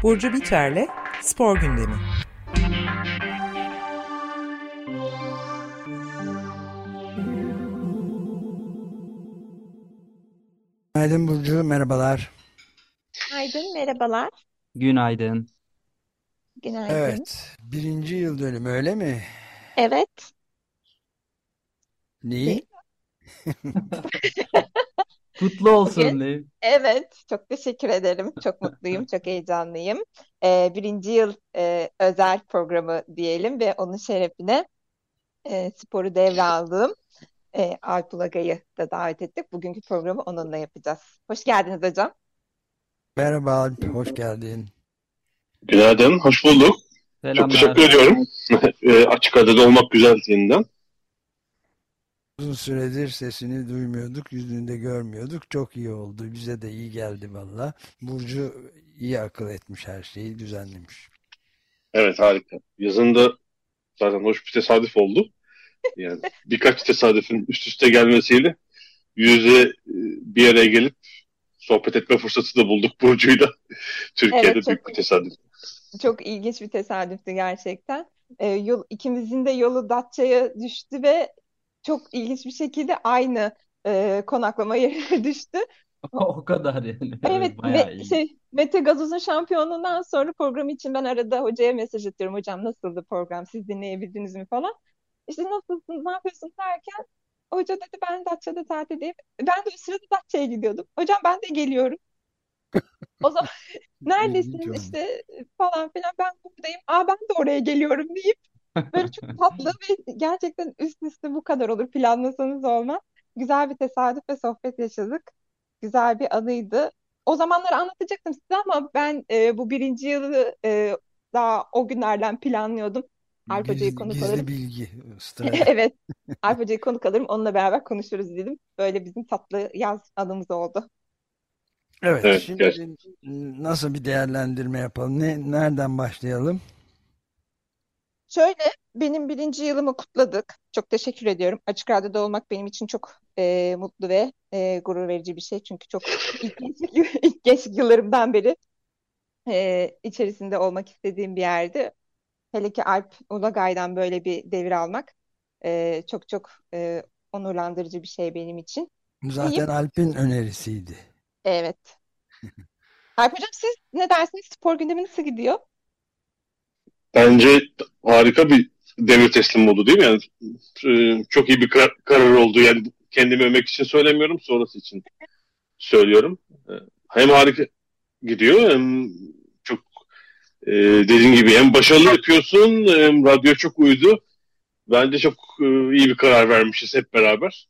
Burcu Biterle Spor Gündemi. Günaydın Burcu, merhabalar. Günaydın, merhabalar. Günaydın. Günaydın. Evet, birinci yıl dönümü öyle mi? Evet, Neyin? bir- Kutlu bugün olsun Liv. evet, çok teşekkür ederim. Çok mutluyum, çok heyecanlıyım. Birinci yıl özel programı diyelim ve onun şerefine sporu devraldığım Alp Ulagay'ı da davet ettik. Bugünkü programı onunla yapacağız. Hoş geldiniz hocam. Merhaba Alp, hoş geldin. Günaydın, hoş bulduk. Çok teşekkür Selamlar. ediyorum. Açık adada olmak güzel yeniden. Uzun süredir sesini duymuyorduk, yüzünü de görmüyorduk. Çok iyi oldu, bize de iyi geldi valla. Burcu iyi akıl etmiş, her şeyi düzenlemiş. Evet, harika. Yazında zaten hoş bir tesadüf oldu. Yani birkaç tesadüfün üst üste gelmesiyle yüz yüze bir araya gelip sohbet etme fırsatı da bulduk Burcu'yla. Evet, Türkiye'de çok büyük bir tesadüf. çok ilginç bir tesadüftü gerçekten. İkimizin de yolu Datça'ya düştü ve çok ilginç bir şekilde aynı konaklama yerine düştü. O kadar yani. Evet, Evet, bayağı iyi. Mete Gazoz'un şampiyonluğundan sonra program için ben arada hocaya mesaj atıyorum. Hocam nasıldı program? Siz dinleyebildiniz mi falan. İşte nasılsınız, ne yapıyorsunuz derken hoca dedi ben Datça'da tatildeyim. Ben de o sırada Datça'ya gidiyordum. Hocam ben de geliyorum. O zaman İlginç neredesiniz oldu. işte falan filan ben buradayım. Aa ben de oraya geliyorum deyip böyle çok tatlı ve gerçekten üst üste bu kadar olur planlasanız olmaz. Güzel bir tesadüf ve sohbet yaşadık. Güzel bir anıydı. O zamanları anlatacaktım size ama ben bu birinci yılı daha o günlerden planlıyordum. Alp Hoca'yı Gizli, konuk gizli alırım. bilgi, Evet. Alp Hoca'yı konuk alırım. Onunla beraber konuşuruz dedim. Böyle bizim tatlı yaz anımız oldu. Evet, Evet, gerçekten. şimdi nasıl bir değerlendirme yapalım? Nereden başlayalım? Şöyle benim birinci yılımı kutladık. Çok teşekkür ediyorum. Açık Radyo'da olmak benim için çok mutlu ve gurur verici bir şey. Çünkü çok ilk gençlik yıllarımdan beri içerisinde olmak istediğim bir yerdi. Hele ki Alp Ulagay'dan böyle bir devir almak çok çok onurlandırıcı bir şey benim için. Deyip Zaten Alp'in önerisiydi. evet. Alp Hocam siz ne dersiniz? Spor gündemi nasıl gidiyor? Bence harika bir devir teslim oldu değil mi? Yani çok iyi bir karar oldu. Yani kendimi övmek için söylemiyorum, sonrası için söylüyorum. E, Hem harika gidiyor hem çok dediğin gibi hem başarılı yapıyorsun hem radyo çok uydu. Bence çok iyi bir karar vermişiz hep beraber.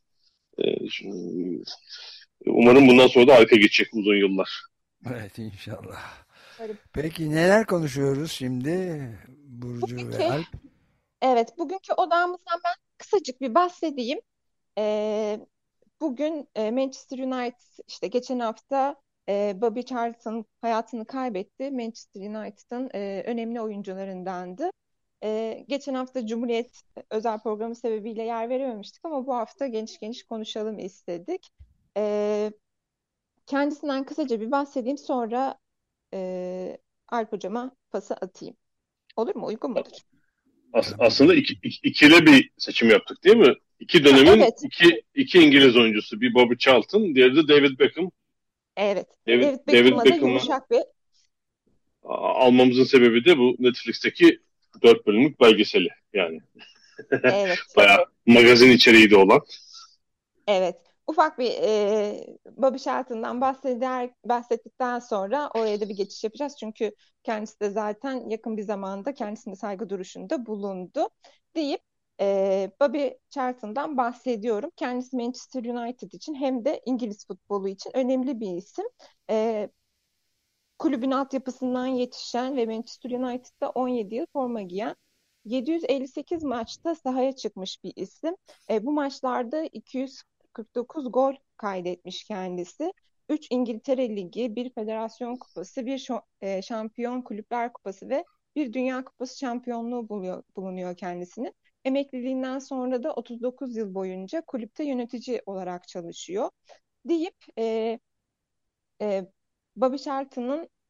Umarım bundan sonra da harika geçecek uzun yıllar. Evet, inşallah. Böyle Peki neler konuşuyoruz şimdi Burcu ve bugünkü Alp? evet bugünkü odamızdan ben kısacık bir bahsedeyim. Ee, Bugün Manchester United işte geçen hafta Bobby Charlton hayatını kaybetti. Manchester United'ın önemli oyuncularındandı. Geçen hafta Cumhuriyet özel programı sebebiyle yer verememiştik ama bu hafta geniş geniş konuşalım istedik. E, Kendisinden kısaca bir bahsedeyim sonra Alp hocama pası atayım. Olur mu? Uygun mudur? Tabii. Aslında ikili bir seçim yaptık değil mi? İki Ha, dönemin evet, iki İngiliz oyuncusu. Bir Bobby Charlton, diğeri de David Beckham. evet. David David Beckham'a da Beckham'ı yumuşak bir almamızın sebebi de bu Netflix'teki 4 bölümlük belgeseli. Yani evet. bayağı magazin içeriği de olan. Evet. Ufak bir Bobby Charlton'dan bahsettikten sonra oraya da bir geçiş yapacağız. Çünkü kendisi de zaten yakın bir zamanda kendisine saygı duruşunda bulundu deyip Bobby Charlton'dan bahsediyorum. Kendisi Manchester United için hem de İngiliz futbolu için önemli bir isim. E, Kulübün altyapısından yetişen ve Manchester United'da 17 yıl forma giyen 758 maçta sahaya çıkmış bir isim. Bu maçlarda 249 gol kaydetmiş kendisi. 3 İngiltere Ligi, bir Federasyon Kupası, bir Şampiyon Kulüpler Kupası ve bir Dünya Kupası şampiyonluğu bulunuyor kendisinin. Emekliliğinden sonra da 39 yıl boyunca kulüpte yönetici olarak çalışıyor deyip e, Bobby Charlton'ın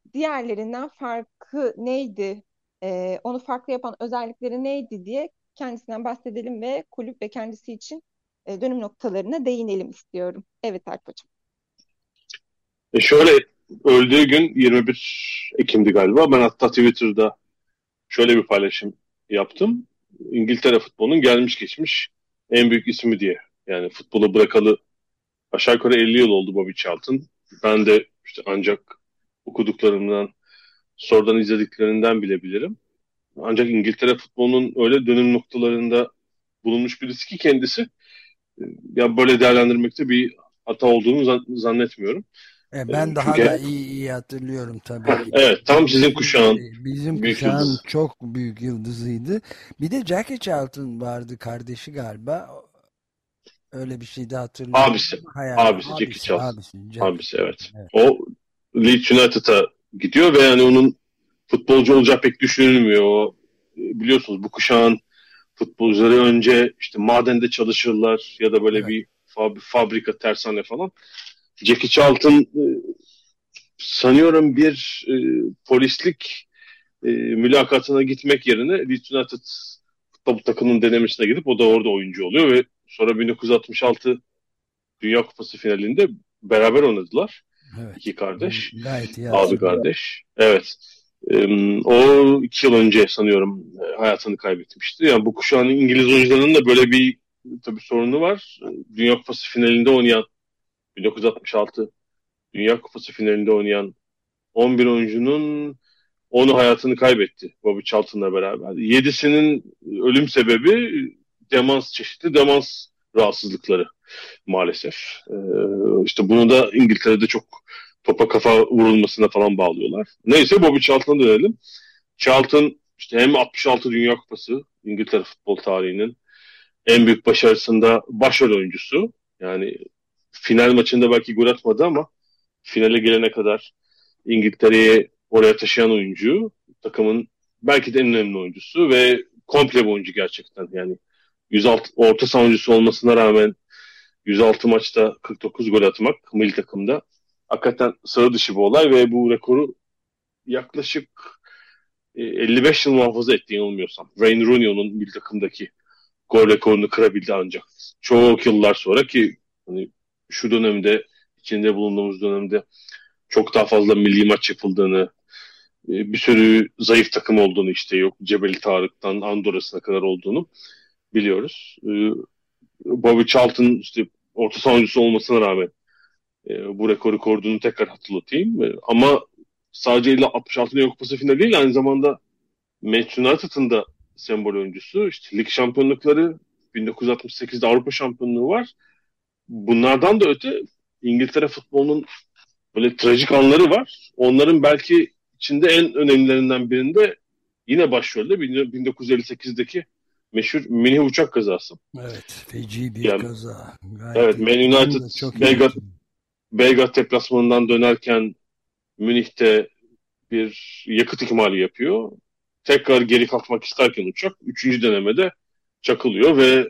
diğerlerinden farkı neydi? Onu farklı yapan özellikleri neydi diye kendisinden bahsedelim ve kulüp ve kendisi için dönüm noktalarına değinelim istiyorum. Evet Alpacığım. Şöyle, öldüğü gün 21 Ekim'di galiba. Ben hatta Twitter'da şöyle bir paylaşım yaptım. İngiltere futbolunun gelmiş geçmiş en büyük ismi diye. Yani futbolu bırakalı aşağı yukarı 50 yıl oldu Bobby Charlton. Ben de işte ancak okuduklarımdan, sonradan izlediklerinden bilebilirim. Ancak İngiltere futbolunun öyle dönüm noktalarında bulunmuş birisi ki kendisi. Ya böyle değerlendirmekte bir hata olduğunu zannetmiyorum. Ben de Çünkü hala iyi hatırlıyorum tabii. evet, tam sizin kuşağın Bizim büyük kuşağın yıldızı. çok büyük yıldızıydı. Bir de Jackie Charlton vardı, kardeşi galiba. Öyle bir şey de hatırlıyorum. Abisi. Hayal, Abisi Jackie Charlton. Jackie. Abisi, evet. Evet. O Leeds United'a gidiyor ve yani onun futbolcu olacağı pek düşünülmüyor. O, biliyorsunuz bu kuşağın futbolcuları önce işte madende çalışırlar ya da böyle Evet. bir fabrika, tersane falan. Jackie Charlton sanıyorum bir polislik mülakatına gitmek yerine Leeds United futbol takımının denemesine gidip o da orada oyuncu oluyor ve sonra 1966 Dünya Kupası finalinde beraber oynadılar. Evet. İki kardeş. Gayet iyi Abi hatırlıyorum. kardeş. Evet. O 2 yıl önce sanıyorum hayatını kaybetmişti. Yani bu kuşağın İngiliz oyuncularının da böyle bir tabii sorunu var. Dünya Kupası finalinde oynayan 1966 Dünya Kupası finalinde oynayan 11 oyuncunun 10'u hayatını kaybetti Bobby Charlton'la beraber. 7'sinin ölüm sebebi çeşitli demans rahatsızlıkları maalesef. İşte bunu da İngiltere'de çok topa kafa vurulmasına falan bağlıyorlar. Neyse, Bobby Charlton'a dönelim. Charlton işte hem 66 Dünya Kupası İngiltere futbol tarihinin en büyük başarısında başrol oyuncusu. Yani final maçında belki gol atmadı ama finale gelene kadar İngiltere'yi oraya taşıyan oyuncu. Takımın belki de en önemli oyuncusu ve komple bir oyuncu gerçekten. Yani 106 orta saha oyuncusu olmasına rağmen 106 maçta 49 gol atmak milli takımda hakikaten sıra dışı bir olay ve bu rekoru yaklaşık 55 yıl muhafaza etti yanılmıyorsam. Wayne Rooney onun milli takımdaki gol rekorunu kırabildi ancak. Çok yıllar sonra ki hani şu dönemde, içinde bulunduğumuz dönemde çok daha fazla milli maç yapıldığını, bir sürü zayıf takım olduğunu, işte yok Cebeli Tarık'tan Andorra'sına kadar olduğunu biliyoruz. Bobby Charlton işte orta saha oyuncusu olmasına rağmen bu rekoru koruduğunu tekrar hatırlatayım. Ama sadece 66 Dünya Kupası finali değil, aynı zamanda Manchester United'ın da sembol oyuncusu. İşte lig şampiyonlukları, 1968'de Avrupa şampiyonluğu var. Bunlardan da öte İngiltere futbolunun böyle trajik anları var. Onların belki içinde en önemlilerinden birinde yine başrolde 1958'deki meşhur Münih uçak kazası. Evet, feci bir Yani, kaza. Gayet evet, Man United çok Belgrad deplasmanından dönerken Münih'te bir yakıt ikmali yapıyor. Tekrar geri kalkmak isterken uçak 3. denemede çakılıyor ve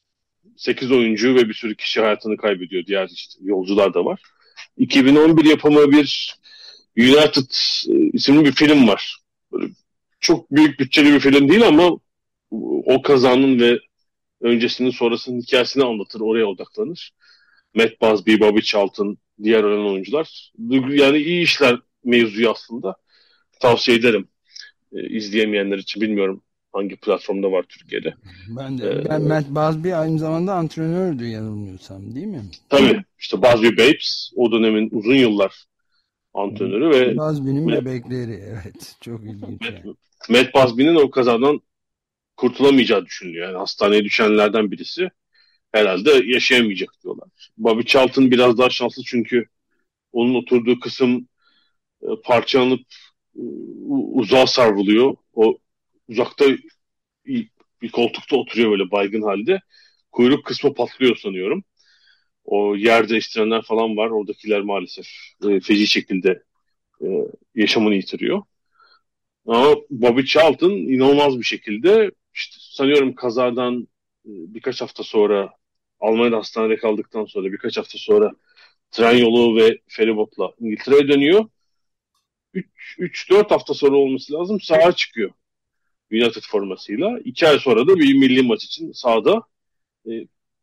8 oyuncu ve bir sürü kişi hayatını kaybediyor. Diğer işte yolcular da var. 2011 yapımı bir United isimli bir film var. Böyle çok büyük bütçeli bir film değil ama o kazanın ve öncesinin sonrasının hikayesini anlatır, oraya odaklanır. Matt Busby, Bobby Charlton, diğer ölen oyuncular. Yani iyi işler mevzuyu aslında. Tavsiye ederim izleyemeyenler için. Bilmiyorum hangi platformda var Türkiye'de. Matt Busby aynı zamanda antrenördü yanılmıyorsam, değil mi? Tabii. İşte Busby Babes o dönemin uzun yıllar antrenörü ve Busby'nin bebekleri, evet. Çok ilginç. Yani. Matt Busby'nin o kazadan kurtulamayacağı düşünülüyor. Yani hastaneye düşenlerden birisi. Herhalde yaşayamayacak diyorlar. Bobby Charlton biraz daha şanslı çünkü onun oturduğu kısım parçalanıp uzağa savruluyor. O uzakta bir koltukta oturuyor böyle baygın halde. Kuyruk kısmı patlıyor sanıyorum. O yer değiştirenler falan var. Oradakiler maalesef feci şekilde yaşamını yitiriyor. Ama Bobby Charlton inanılmaz bir şekilde işte sanıyorum kazadan birkaç hafta sonra, Almanya'da hastanede kaldıktan sonra birkaç hafta sonra tren yolu ve feribotla İngiltere'ye dönüyor. 3-4 hafta sonra olması lazım sahaya çıkıyor United formasıyla. 2 ay sonra da bir milli maç için sahada. E,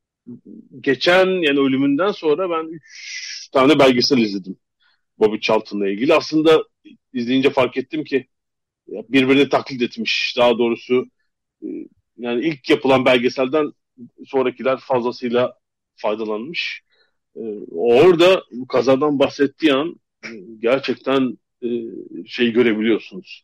Geçen yani ölümünden sonra ben 3 tane belgesel izledim Bobby Charlton'la ilgili. Aslında izleyince fark ettim ki birbirini taklit etmiş. Daha doğrusu e, yani ilk yapılan belgeselden sonrakiler fazlasıyla faydalanmış. Orada bu kazadan bahsettiği an gerçekten şey görebiliyorsunuz.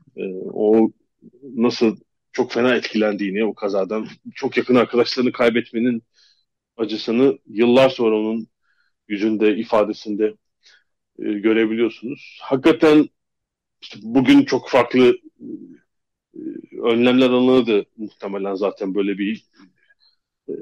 O nasıl çok fena etkilendiğini o kazadan çok yakın arkadaşlarını kaybetmenin acısını yıllar sonra onun yüzünde, ifadesinde görebiliyorsunuz. Hakikaten işte bugün çok farklı önlemler alınırdı muhtemelen zaten böyle bir e,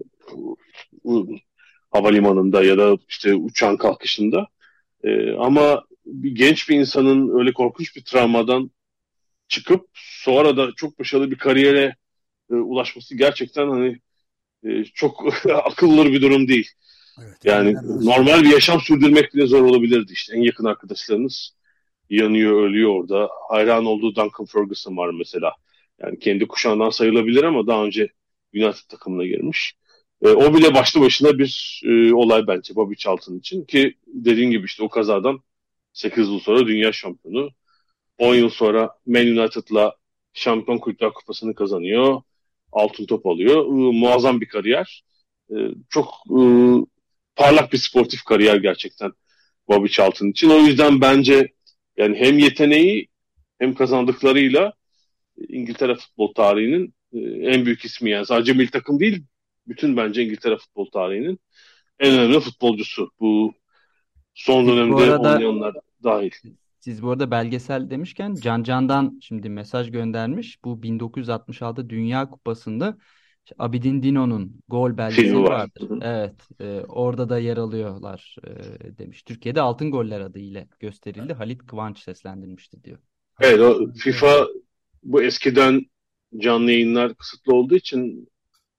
havalimanında ya da işte uçağın kalkışında. Ama genç bir insanın öyle korkunç bir travmadan çıkıp sonra da çok başarılı bir kariyere ulaşması gerçekten hani çok akıllı bir durum değil. Evet, Yani normal bir yaşam sürdürmek bile zor olabilirdi işte. En yakın arkadaşlarınız yanıyor, ölüyor orada. Hayran olduğu Duncan Ferguson var mesela. Yani kendi kuşağından sayılabilir ama daha önce United takımına girmiş. O bile başlı başına bir olay bence Bobby Charlton için ki dediğin gibi işte o kazadan 8 yıl sonra dünya şampiyonu. 10 yıl sonra Man United'la Şampiyon Kulüpler Kupası'nı kazanıyor. Altın top alıyor. Muazzam bir kariyer. Çok parlak bir sportif kariyer gerçekten Bobby Charlton için. O yüzden bence yani hem yeteneği hem kazandıklarıyla İngiltere futbol tarihinin en büyük ismi yani sadece milli takım değil bütün bence İngiltere futbol tarihinin en önemli futbolcusu. Bu son Siz bu dönemde arada oynayanlar dahil. Siz bu arada belgesel demişken Can Can'dan şimdi mesaj göndermiş. Bu 1966 Dünya Kupası'nda işte Abidin Dino'nun gol belgeseli Filmi var. vardır. Evet, orada da yer alıyorlar demiş. Türkiye'de Altın Goller adıyla gösterildi. Halit Kıvanç seslendirmişti diyor. Evet, o FIFA bu eskiden canlı yayınlar kısıtlı olduğu için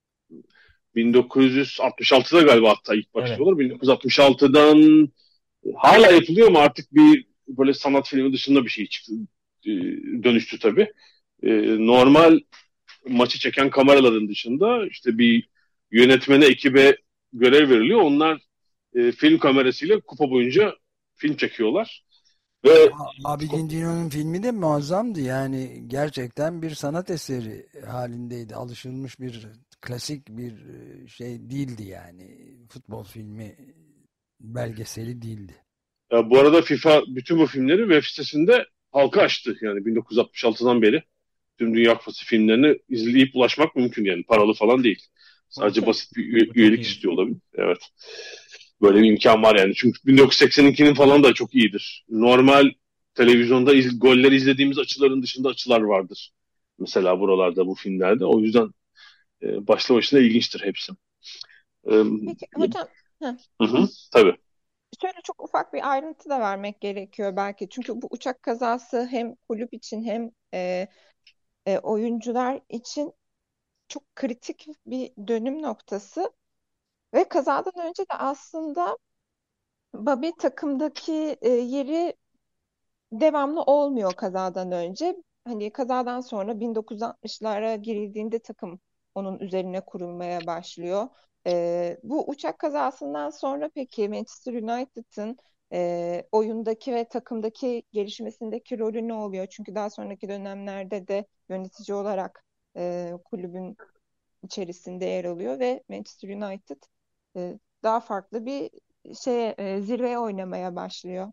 1966'da galiba hatta ilk Evet. başlıyorlar. 1966'dan hala yapılıyor ama artık bir böyle sanat filmi dışında bir şey çıktı, dönüştü tabii. Normal maçı çeken kameraların dışında işte bir yönetmene, ekibe görev veriliyor. Onlar film kamerasıyla kupa boyunca film çekiyorlar. Ve Abidin Dino'nun filmi de muazzamdı. Yani gerçekten bir sanat eseri halindeydi. Alışılmış bir klasik bir şey değildi yani. Futbol filmi belgeseli değildi. bu arada FIFA bütün bu filmleri web sitesinde halka açtı. Yani 1966'dan beri tüm Dünya Kupası filmlerini izleyip ulaşmak mümkün yani. Paralı falan değil. Sadece basit bir Bu çok üyelik iyi. istiyor olabilir. Evet. Böyle bir imkan var yani. Çünkü 1982'nin falan da çok iyidir. Normal televizyonda golleri izlediğimiz açıların dışında açılar vardır. Mesela buralarda bu filmlerde. O yüzden başlı başına ilginçtir hepsi. E, Peki hocam, heh, tabii. şöyle çok ufak bir ayrıntı da vermek gerekiyor belki. Çünkü bu uçak kazası hem kulüp için hem oyuncular için çok kritik bir dönüm noktası. Ve kazadan önce de aslında Bobby takımdaki yeri devamlı olmuyor kazadan önce. Hani kazadan sonra 1960'lara girildiğinde takım onun üzerine kurulmaya başlıyor. Bu uçak kazasından sonra peki Manchester United'ın oyundaki ve takımdaki gelişmesindeki rolü ne oluyor? Çünkü daha sonraki dönemlerde de yönetici olarak kulübün içerisinde yer alıyor ve Manchester United daha farklı bir zirveye oynamaya başlıyor.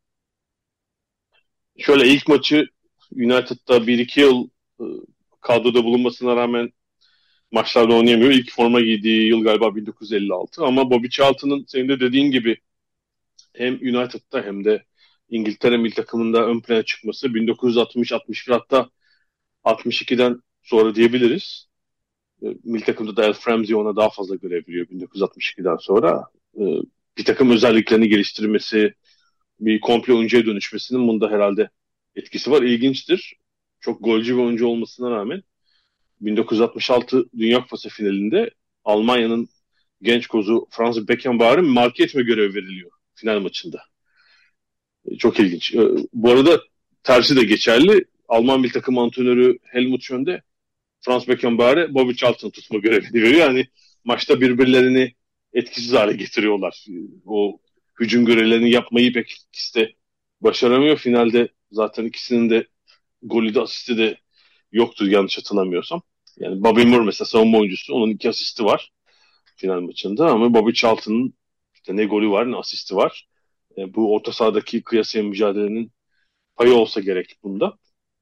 Şöyle ilk maçı United'da 1-2 yıl kadroda bulunmasına rağmen maçlarda oynayamıyor. İlk forma giydiği yıl galiba 1956. Ama Bobby Charlton'ın senin de dediğin gibi hem United'da hem de İngiltere milli takımında ön plana çıkması 1960-61 hatta 62'den sonra diyebiliriz. Milli takımda da Alf Ramsey ona daha fazla görev veriyor 1962'den sonra. Bir takım özelliklerini geliştirmesi, bir komple oyuncuya dönüşmesinin bunda herhalde etkisi var. İlginçtir. Çok golcü bir oyuncu olmasına rağmen 1966 Dünya Kupası finalinde Almanya'nın genç kozu Franz Beckenbauer'ın marke etme görevi veriliyor final maçında. Çok ilginç. Bu arada tersi de geçerli. Alman bir takım antrenörü Helmut Schön'de Franz Beckenbauer'e Bobby Charlton'ı tutma görevini veriyor. Yani maçta birbirlerini etkisiz hale getiriyorlar. O hücum görevlerini yapmayı pek ikisi de başaramıyor. Finalde zaten ikisinin de golü de asisti de yoktur yanlış hatırlamıyorsam. Yani Bobby Moore mesela savunma oyuncusu. Onun 2 asisti var final maçında ama Bobby Charlton'ın işte ne golü var ne asisti var. Bu orta sahadaki kıyasıya mücadelenin payı olsa gerek bunda.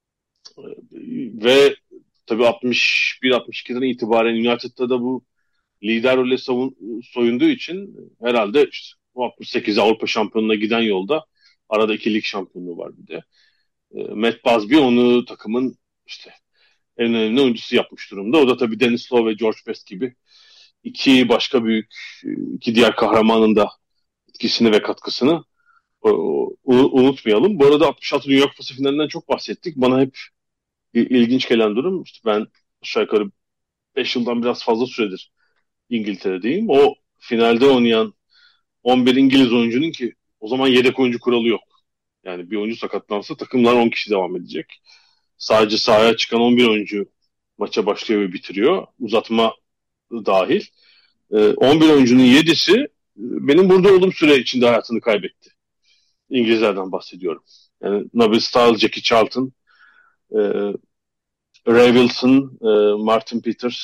Ve tabii 61-62'den itibaren United'da da bu lider role soyunduğu için herhalde işte bu 68 Avrupa Şampiyonluğu'na giden yolda arada 2 lig şampiyonluğu var bir de. Matt Busby onu takımın işte en önemli oyuncusu yapmış durumda. O da tabii Dennis Law ve George Best gibi iki başka büyük, iki diğer kahramanın da etkisini ve katkısını unutmayalım. Bu arada 66 Dünya Kupası finalinden çok bahsettik. Bana hep ilginç gelen durum, işte ben aşağı yukarı 5 yıldan biraz fazla süredir İngiltere'deyim. O finalde oynayan 11 İngiliz oyuncunun ki o zaman yedek oyuncu kuralı yok. Yani bir oyuncu sakatlansa takımlar 10 kişi devam edecek. Sadece sahaya çıkan 11 oyuncu maça başlıyor ve bitiriyor. Uzatma dahil. 11 oyuncunun 7'si benim burada olduğum süre içinde hayatını kaybetti. İngilizlerden bahsediyorum. Yani Nabil Stahl, Jackie Charlton, e, Ray Wilson, Martin Peters,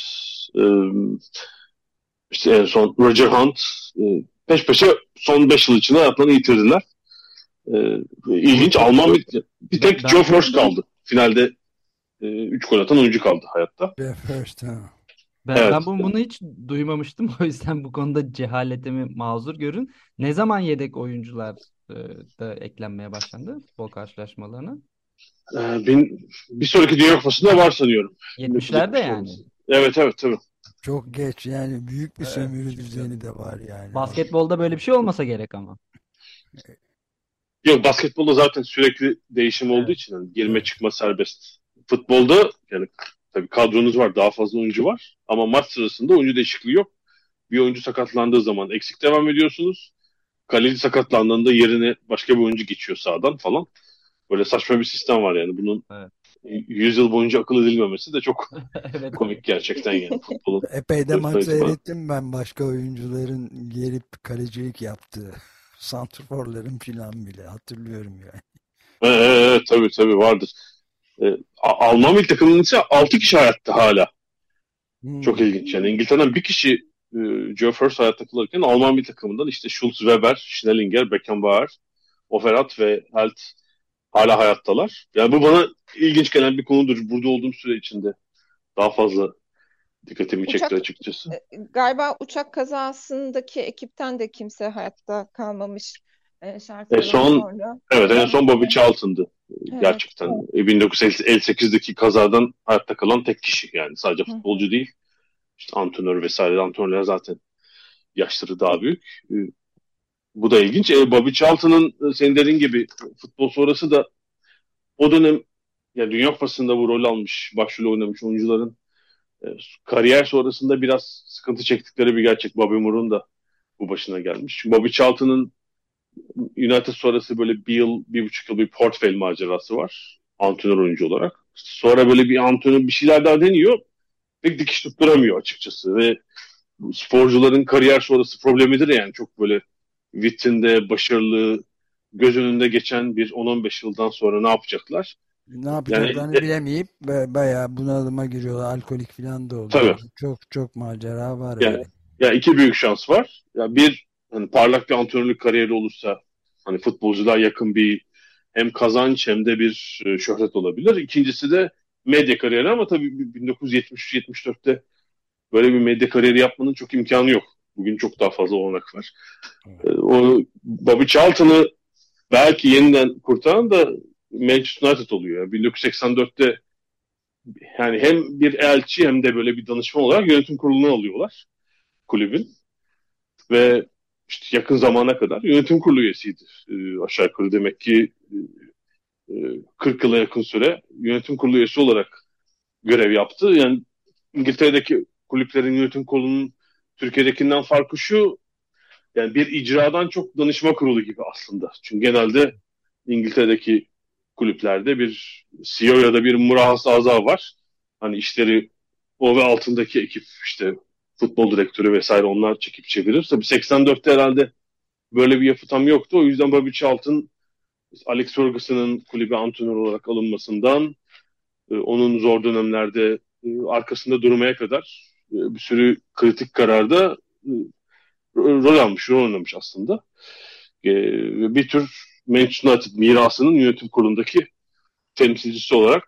işte en son Roger Hunt, peş peşe son 5 yıl içinde hayatlarını yitirdiler. İlginç, Alman bir tek Joe First kaldı. Finalde 3 gol atan oyuncu kaldı hayatta. First, ha. Evet. Ben bunu hiç duymamıştım. O yüzden bu konuda cehaletimi mazur görün. Ne zaman yedek oyuncular da eklenmeye başlandı futbol karşılaşmalarına? Bir sonraki Dünya Kupası'nda var sanıyorum. 70'lerde yani. Evet tabii. Çok geç yani, büyük bir sömürü düzeni de var yani. Basketbolda böyle bir şey olmasa gerek ama. Yok, basketbolda zaten sürekli değişim olduğu için yani girme çıkma serbest. Futbolda yani tabii kadronuz var, daha fazla oyuncu var ama maç sırasında oyuncu değişikliği yok. Bir oyuncu sakatlandığı zaman eksik devam ediyorsunuz. Kaleci sakatlandığında yerine başka bir oyuncu geçiyor sağdan falan. Böyle saçma bir sistem var yani. Bunun 100 yıl boyunca akıl edilmemesi de çok Evet. komik gerçekten yani futbolun. Epey de maç seyrettim ben, başka oyuncuların gelip kalecilik yaptığı. Santrforların filan bile hatırlıyorum yani. Tabii vardır. Alman milli takımının ise 6 kişi hayatta hala. Çok ilginç yani. İngiltere'den bir kişi Joe First hayatta kalırken Alman milli takımından işte Schulz, Weber, Schnellinger, Beckenbauer, Offerat ve Held hala hayattalar. Yani bu bana ilginç gelen bir konudur. Burada olduğum süre içinde daha fazla dikkatimi çekti açıkçası. Galiba uçak kazasındaki ekipten de kimse hayatta kalmamış şartlardan sonra. Evet, en son Bobby Charlton'dı. Evet. Gerçekten 1958'deki kazadan hayatta kalan tek kişi yani. Sadece futbolcu değil. İşte antrenör vesaire. Antrenörler zaten yaşları daha büyük. Bu da ilginç. Bobby Charlton'ın senin dediğin gibi futbol sonrası da o dönem yani Dünya Kupası'nda bu rol almış, başrol oynamış oyuncuların kariyer sonrasında biraz sıkıntı çektikleri bir gerçek. Bobby Moore'un da bu başına gelmiş. Bobby Charlton'ın United sonrası böyle 1,5 yıl bir Portföy macerası var. Antrenör oyuncu olarak. Sonra böyle bir antrenör bir şeyler daha deniyor. Pek dikiş tutturamıyor açıkçası. Ve sporcuların kariyer sonrası problemidir yani. Çok böyle vitrinde, başarılı, göz önünde geçen bir 10-15 yıldan sonra ne yapacaklar? Ne yapacaklarını bilemeyip bayağı bunalıma giriyorlar. Alkolik falan da oluyor. Tabii. Çok macera var. Yani, ya iki büyük şans var. Ya bir, hani parlak bir antrenörlük kariyeri olursa hani futbolcular yakın bir hem kazanç hem de bir şöhret olabilir. İkincisi de medya kariyeri ama tabii 1973-74'te böyle bir medya kariyeri yapmanın çok imkanı yok. Bugün çok daha fazla olanak var. O Bobby Charlton'ı belki yeniden kurtaran da Manchester United oluyor. 1984'te yani hem bir elçi hem de böyle bir danışman olarak yönetim kuruluna alıyorlar kulübün. Ve işte yakın zamana kadar yönetim kurulu üyesiydi. Aşağı yukarı demek ki 40 yıla yakın süre yönetim kurulu üyesi olarak görev yaptı. Yani İngiltere'deki kulüplerin yönetim kurulunun Türkiye'dekinden farkı şu, yani bir icradan çok danışma kurulu gibi aslında. Çünkü genelde İngiltere'deki kulüplerde bir CEO ya da bir murahhas azam var. Hani işleri o ve altındaki ekip işte futbol direktörü vesaire onlar çekip çevirir. Tabii 84'te herhalde böyle bir yapı tam yoktu. O yüzden Bobby Charlton Alex Ferguson'ın kulübe antrenör olarak alınmasından onun zor dönemlerde arkasında durmaya kadar bir sürü kritik kararda rol oynamış aslında. Bir tür Manchester United mirasının yönetim kurulundaki temsilcisi olarak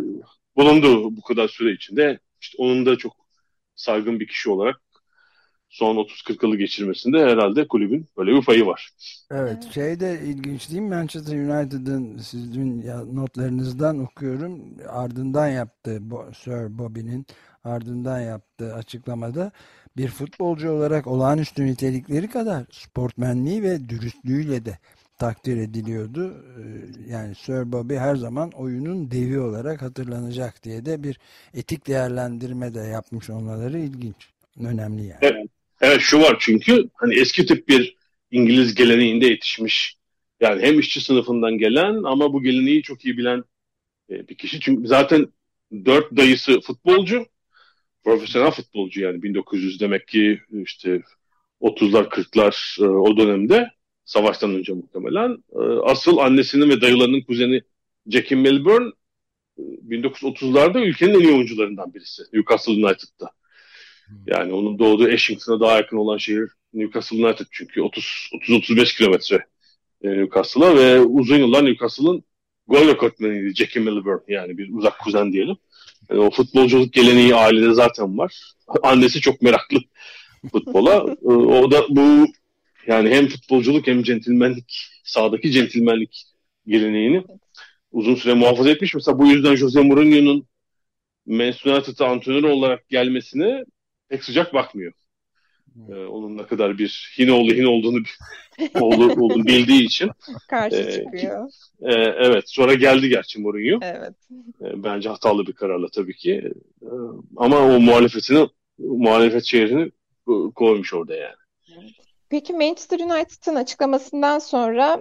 bulundu bu kadar süre içinde. İşte onun da çok saygın bir kişi olarak son 30-40 yılı geçirmesinde herhalde kulübün böyle bir payı var. Evet, şey de ilginç değil mi? Manchester United'ın sizin notlarınızdan okuyorum. Ardından yaptığı Sir Bobby'nin ardından yaptığı açıklamada bir futbolcu olarak olağanüstü nitelikleri kadar sportmenliği ve dürüstlüğüyle de takdir ediliyordu. Yani Sir Bobby her zaman oyunun devi olarak hatırlanacak diye de bir etik değerlendirme de yapmış olmaları ilginç. Önemli yani. Evet, evet şu var çünkü hani eski tip bir İngiliz geleneğinde yetişmiş. Yani hem işçi sınıfından gelen ama bu geleneği çok iyi bilen bir kişi. Çünkü zaten 4 dayısı futbolcu, profesyonel futbolcu yani 1900 demek ki işte 30'lar 40'lar o dönemde savaştan önce muhtemelen. Asıl annesinin ve dayılarının kuzeni Jackie Milburn 1930'larda ülkenin en iyi oyuncularından birisi Newcastle United'da. Yani onun doğduğu Ashington'a daha yakın olan şehir Newcastle United çünkü 30-35 kilometre Newcastle'a ve uzun yıllar Newcastle'ın gol rekortmeniydi Jackie Milburn yani bir uzak kuzen diyelim. Yani o futbolculuk geleneği ailede zaten var. Annesi çok meraklı futbola. O da bu yani hem futbolculuk hem centilmenlik, sahadaki centilmenlik geleneğini uzun süre muhafaza etmiş. Mesela bu yüzden Jose Mourinho'nun Manchester United'a antrenör olarak gelmesine pek sıcak bakmıyor. Onun ne kadar bir Hinoğlu olduğunu bildiği için. Karşı çıkıyor. Evet. Sonra geldi gerçi Mourinho. Evet. Bence hatalı bir kararla tabii ki. Ama o muhalefet şehrini koymuş orada yani. Peki Manchester United'ın açıklamasından sonra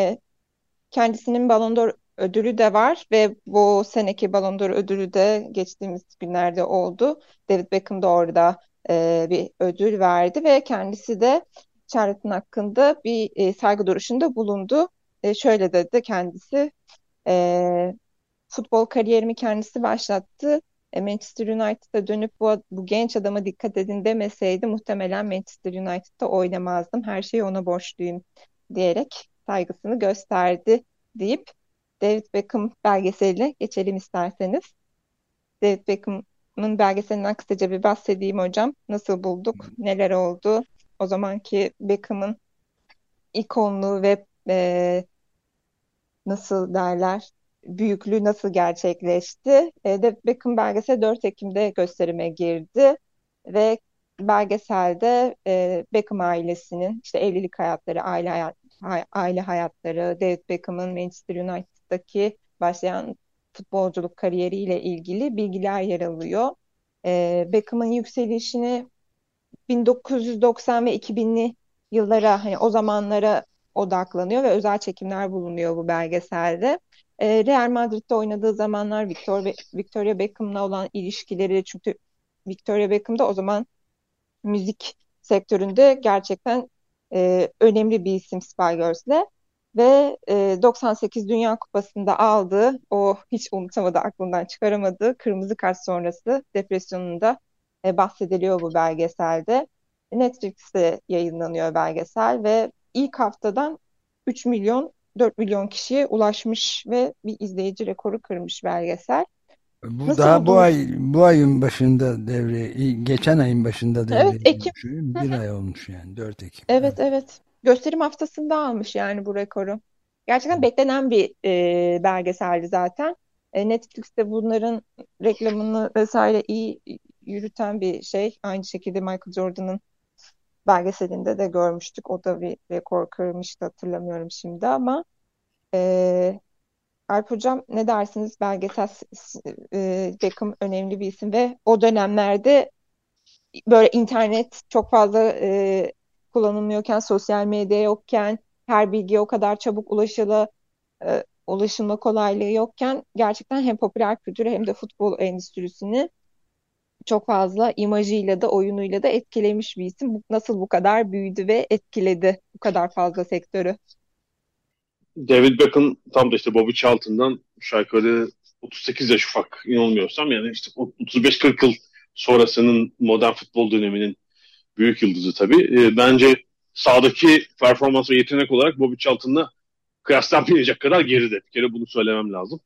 kendisinin Ballon d'Or ödülü de var ve bu seneki Ballon d'Or ödülü de geçtiğimiz günlerde oldu. David Beckham da orada bir ödül verdi ve kendisi de Charlton hakkında bir saygı duruşunda bulundu. Şöyle dedi kendisi, futbol kariyerimi kendisi başlattı. Manchester United'a dönüp bu genç adama dikkat edin demeseydi muhtemelen Manchester United'da oynamazdım. Her şeyi ona borçluyum diyerek saygısını gösterdi deyip David Beckham belgeseline geçelim isterseniz. David Beckham'ın belgeselinden kısaca bir bahsedeyim hocam. Nasıl bulduk? Neler oldu? O zamanki Beckham'ın ikonluğu ve nasıl derler büyüklüğü nasıl gerçekleşti? David Beckham belgesel 4 Ekim'de gösterime girdi ve belgeselde Beckham ailesinin işte evlilik hayatları, aile hayatları, David Beckham'ın Manchester United'daki başlayan futbolculuk kariyeriyle ilgili bilgiler yer alıyor. Beckham'ın yükselişini 1990 ve 2000'li yıllara hani o zamanlara odaklanıyor ve özel çekimler bulunuyor bu belgeselde. Real Madrid'de oynadığı zamanlar Victoria Beckham'la olan ilişkileri çünkü Victoria Beckham da o zaman müzik sektöründe gerçekten önemli bir isim Spice Girls'le ve 98 Dünya Kupası'nda aldığı o hiç unutamadı aklından çıkaramadığı kırmızı kart sonrası depresyonunda bahsediliyor bu belgeselde. Netflix'te yayınlanıyor belgesel ve ilk haftadan 3 milyon 4 milyon kişiye ulaşmış ve bir izleyici rekoru kırmış belgesel. Bu Nasıl daha buldunuz? bu ayın başında geçen ayın başında Evet, devreye Ekim. girmiş. Bir ay olmuş yani 4 Ekim. Evet. Gösterim haftasında almış yani bu rekoru. Gerçekten beklenen bir belgeseldi zaten. Netflix'te bunların reklamını vesaire iyi yürüten bir şey. Aynı şekilde Michael Jordan'ın belgeselinde de görmüştük. O da bir rekor kırmıştı hatırlamıyorum şimdi ama Alp Hocam ne dersiniz? Belgesel Beckham önemli bir isim ve o dönemlerde böyle internet çok fazla kullanılmıyorken, sosyal medya yokken, her bilgiye o kadar çabuk ulaşılma kolaylığı yokken gerçekten hem popüler kültürü hem de futbol endüstrisini çok fazla imajıyla da oyunuyla da etkilemiş bir isim. Nasıl bu kadar büyüdü ve etkiledi bu kadar fazla sektörü? David Beckham tam da işte Bobby Charlton'dan aşağı yukarı 38 yaş ufak inanmıyorsam, yani işte 35-40 yıl sonrasının modern futbol döneminin büyük yıldızı tabii. Bence sahadaki performans ve yetenek olarak Bobby Charlton'la kıyaslanmayacak kadar geride. Bir kere bunu söylemem lazım.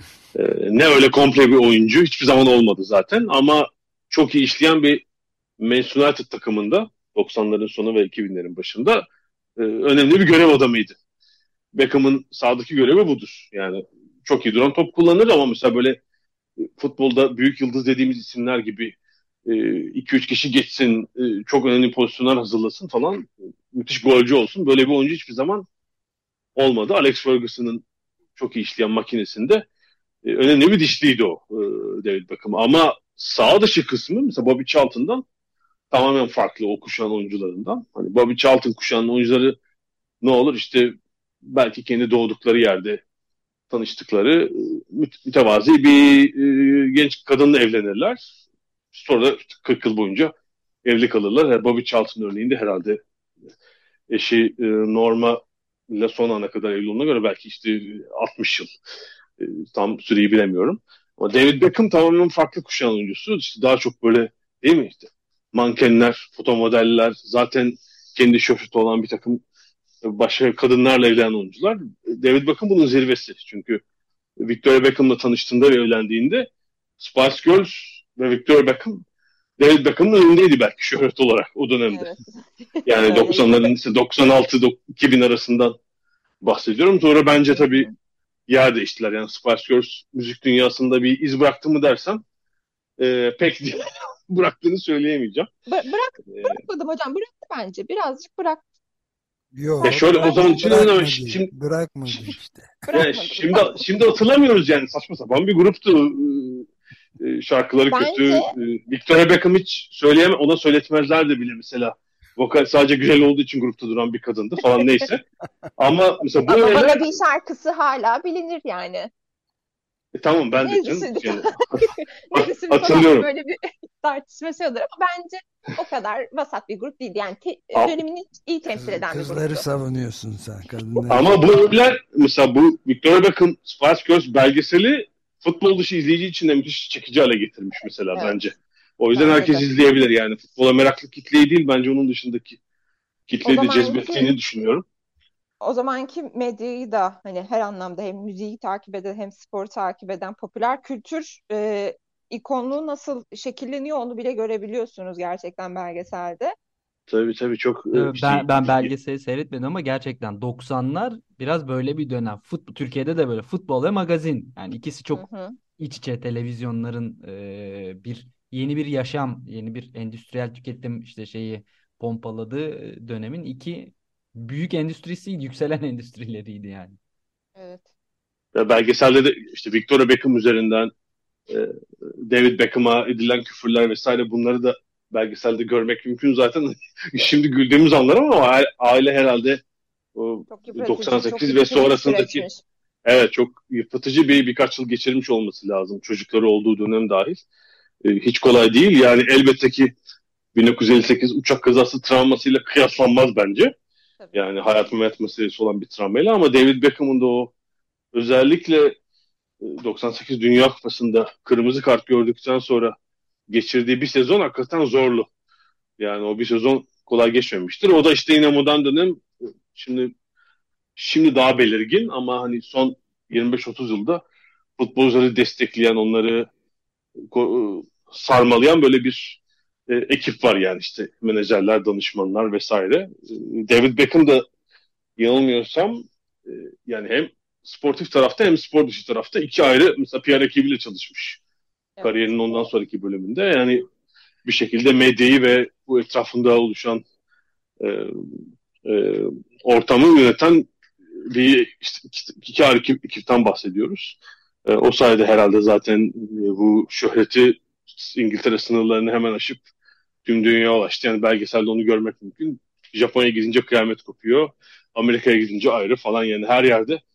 Ne öyle komple bir oyuncu hiçbir zaman olmadı zaten, ama çok iyi işleyen bir Manchester United takımında 90'ların sonu ve 2000'lerin başında önemli bir görev adamıydı. Beckham'ın sahadaki görevi budur. Yani çok iyi duran top kullanır, ama mesela böyle futbolda büyük yıldız dediğimiz isimler gibi 2-3 kişi geçsin, çok önemli pozisyonlar hazırlasın falan, müthiş golcü olsun. Böyle bir oyuncu hiçbir zaman olmadı. Alex Ferguson'ın çok iyi işleyen makinesinde önemli bir dişliydi o David Beckham. Ama sağ dışı kısmı mesela Bobby Charlton'dan tamamen farklı, o kuşağın oyuncularından. Hani Bobby Charlton kuşağının oyuncuları ne olur işte, belki kendi doğdukları yerde tanıştıkları mütevazi bir genç kadınla evlenirler. Sonra işte 40 yıl boyunca evli kalırlar. Yani Bobby Charlton örneğinde herhalde eşi Norma ile son ana kadar evli olduğuna göre belki işte 60 yıl. Tam süreyi bilemiyorum. Ama David Beckham tamamen farklı kuşağın oyuncusu. İşte daha çok böyle, değil mi işte, mankenler, foto modeller, zaten kendi şöhreti olan bir takım başka kadınlarla evlenen oyuncular. David Beckham bunun zirvesi. Çünkü Victoria Beckham'la tanıştığında ve evlendiğinde Spice Girls ve Victoria Beckham David Beckham'ın önündeydi belki şöhret olarak o dönemde. Evet. Yani Öyleydi. 90'ların işte 96-2000 arasından bahsediyorum. Sonra bence tabii yer değiştiler. Yani Spice Girls müzik dünyasında bir iz bıraktı mı dersen pek bıraktığını söyleyemeyeceğim. Bırakmadım hocam. Bıraktı bence. Birazcık bıraktı. Yok, Şöyle o zaman için önemli. bırakmadı işte. Yani şimdi hatırlamıyoruz yani, saçma sapan bir gruptu. Şarkıları kötü. Bence Victoria Beckham hiç ona söyletmezlerdi bile mesela. Vokal sadece güzel olduğu için grupta duran bir kadındı falan, neyse. Ama mesela bu ama öyle... bana bir şarkısı hala bilinir yani. Tamam, ben de Nezisi canım. Nezisi Hatırlıyorum. böyle bir tartışması olur ama bence o kadar vasat bir grup değildi. Yani dönemini iyi temsil eden bir gruptu. Kızları savunuyorsun sen, kadınları. Ama bu övgüler, mesela bu Victoria Beckham Spice Girls belgeseli futbol dışı izleyici için de müthiş çekici hale getirmiş mesela, Evet. bence. O yüzden Bence herkes de. izleyebilir yani. Futbola meraklı kitleyi değil, bence onun dışındaki kitleyi de zamanki- cezbettiğini düşünüyorum. O zamanki medyayı da hani her anlamda hem müziği takip eden hem sporu takip eden popüler kültür ikonluğu nasıl şekilleniyor onu bile görebiliyorsunuz gerçekten belgeselde. Tabii çok Ben belgeseli seyretmedim ama gerçekten 90'lar biraz böyle bir dönem. Türkiye'de de böyle futbol ve magazin. Yani ikisi çok Hı hı. iç içe, televizyonların yeni bir yaşam, yeni bir endüstriyel tüketim işte şeyi pompaladığı dönemin iki büyük endüstrisiydi, yükselen endüstrileriydi yani. Evet. belgeselde de işte Victoria Beckham üzerinden e, David Beckham'a edilen küfürler vesaire, bunları da belgeselde görmek mümkün zaten. Şimdi güldüğümüz anlar, ama aile herhalde o Çok yıpratıcı, 98 çok ve yıpratıcı bir sonrasındaki, süreçmiş. evet, çok yıpratıcı birkaç yıl geçirmiş olması lazım. Çocukları olduğu dönem dahil. Hiç kolay değil. Yani elbette ki 1958 uçak kazası travmasıyla kıyaslanmaz bence. Tabii. Yani hayat memat meselesi olan bir travmayla, ama David Beckham'ın da o özellikle 98 Dünya Kupası'nda kırmızı kart gördükten sonra geçirdiği bir sezon hakikaten zorlu. Yani o bir sezon kolay geçmemiştir. O da işte yine modern dönem, şimdi daha belirgin, ama hani son 25-30 yılda futbolcuları destekleyen, onları sarmalayan böyle bir ekip var yani, işte menajerler, danışmanlar vesaire. David Beckham da yanılmıyorsam yani hem sportif tarafta hem spor dışı tarafta iki ayrı mesela PR ekibiyle çalışmış. Evet. Kariyerinin ondan sonraki bölümünde. Yani bir şekilde medyayı ve bu etrafında oluşan e, e, ortamı yöneten bir işte iki ayrı ekipten bahsediyoruz. O sayede herhalde zaten bu şöhreti İngiltere sınırlarını hemen aşıp tüm dünyaya ulaştı. Yani belgeselde onu görmek mümkün. Japonya'ya gidince kıyamet kopuyor. Amerika'ya gidince ayrı falan, yani her yerde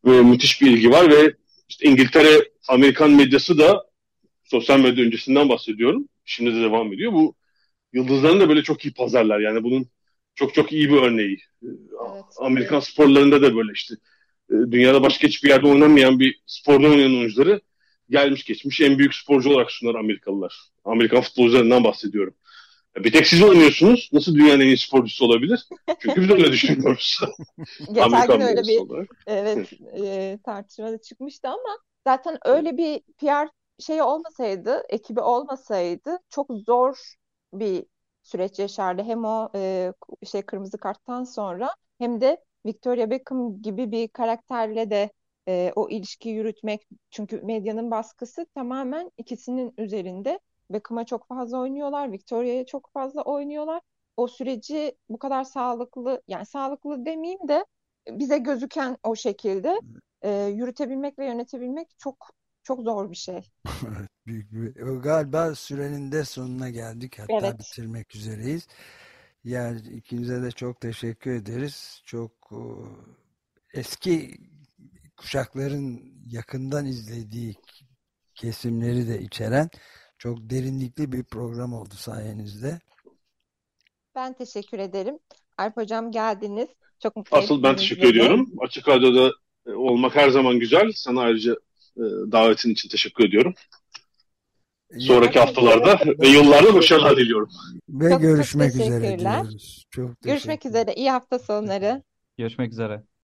ve müthiş bir ilgi var ve işte İngiltere, Amerikan medyası da sosyal medya öncesinden bahsediyorum. Şimdi de devam ediyor. Bu yıldızlarını da böyle çok iyi pazarlar. Yani bunun çok çok iyi bir örneği. Evet. Amerikan sporlarında da böyle işte dünyada başka hiçbir yerde oynanmayan bir sporda oynayan oyuncuları gelmiş geçmiş en büyük sporcu olarak sunar Amerikalılar. Amerikan futbolcularından bahsediyorum. Bir tek siz oynuyorsunuz. Nasıl dünyanın en iyi sporcusu olabilir? Çünkü biz öyle düşünmüyoruz. Geçen Amerikan gün öyle medyası bir olarak. evet tartışmada çıkmıştı ama zaten öyle bir PR şeyi olmasaydı, ekibi olmasaydı çok zor bir süreç yaşardı. Hem o kırmızı karttan sonra hem de Victoria Beckham gibi bir karakterle de o ilişkiyi yürütmek. Çünkü medyanın baskısı tamamen ikisinin üzerinde. Beckham'a çok fazla oynuyorlar, Victoria'ya çok fazla oynuyorlar. O süreci bu kadar sağlıklı, yani sağlıklı demeyeyim de bize gözüken o şekilde yürütebilmek ve yönetebilmek çok çok zor bir şey. Evet, büyük bir. Galiba sürenin de sonuna geldik. Hatta Evet, bitirmek üzereyiz. Yani ikinize de çok teşekkür ederiz. Çok eski kuşakların yakından izlediği kesimleri de içeren çok derinlikli bir program oldu sayenizde. ben teşekkür ederim. Alp Hocam geldiniz. Çok mutlu Asıl ben ettiniz teşekkür beni. ediyorum. Açık Radyo'da olmak her zaman güzel. Sana ayrıca davetin için teşekkür ediyorum. Sonraki haftalarda ve yıllarda başarılar diliyorum. Ve Çok çok görüşmek üzere teşekkürler. diyoruz. Çok Görüşmek teşekkür. üzere. İyi hafta sonları. Görüşmek üzere.